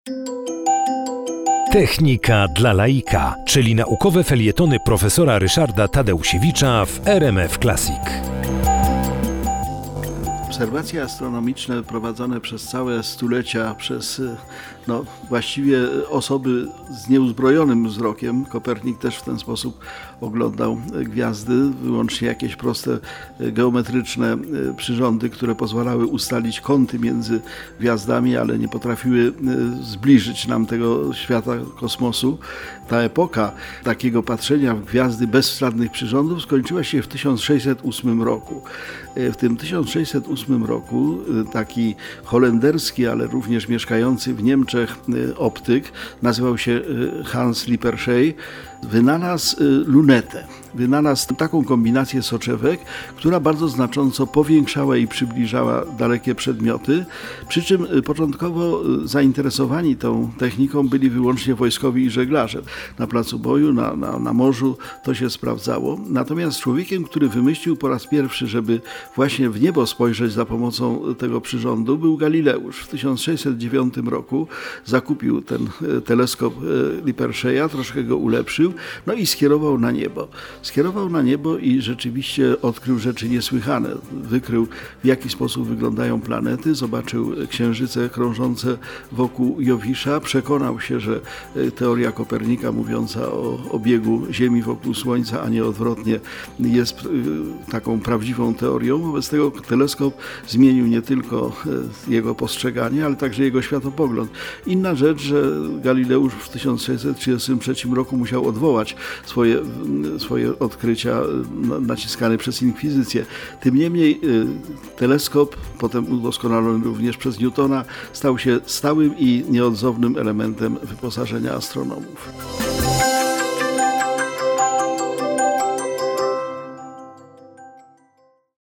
Technika dla laika, czyli naukowe felietony profesora Ryszarda Tadeusiewicza w RMF Classic. Obserwacje astronomiczne prowadzone przez całe stulecia przez właściwie osoby z nieuzbrojonym wzrokiem. Kopernik też w ten sposób oglądał gwiazdy, wyłącznie jakieś proste geometryczne przyrządy, które pozwalały ustalić kąty między gwiazdami, ale nie potrafiły zbliżyć nam tego świata kosmosu. Ta epoka takiego patrzenia w gwiazdy bez żadnych przyrządów skończyła się w 1608 roku. W tym 1608 roku taki holenderski, ale również mieszkający w Niemczech optyk, nazywał się Hans Lippershey, wynalazł lunetę. Wynalazł taką kombinację soczewek, która bardzo znacząco powiększała i przybliżała dalekie przedmioty, przy czym początkowo zainteresowani tą techniką byli wyłącznie wojskowi i żeglarze. Na placu boju, na morzu to się sprawdzało. Natomiast człowiekiem, który wymyślił po raz pierwszy, żeby właśnie w niebo spojrzeć za pomocą tego przyrządu, był Galileusz. W 1609 roku zakupił ten teleskop Lippersheya, troszkę go ulepszył, i skierował na niebo. Skierował na niebo i rzeczywiście odkrył rzeczy niesłychane. Wykrył, w jaki sposób wyglądają planety, zobaczył księżyce krążące wokół Jowisza, przekonał się, że teoria Kopernika mówiąca o obiegu Ziemi wokół Słońca, a nie odwrotnie, jest taką prawdziwą teorią. Wobec tego teleskop zmienił nie tylko jego postrzeganie, ale także jego światopogląd. Inna rzecz, że Galileusz w 1633 roku musiał odwołać swoje odkrycia naciskane przez inkwizycję. Tym niemniej teleskop, potem udoskonalony również przez Newtona, stał się stałym i nieodzownym elementem wyposażenia astronomów.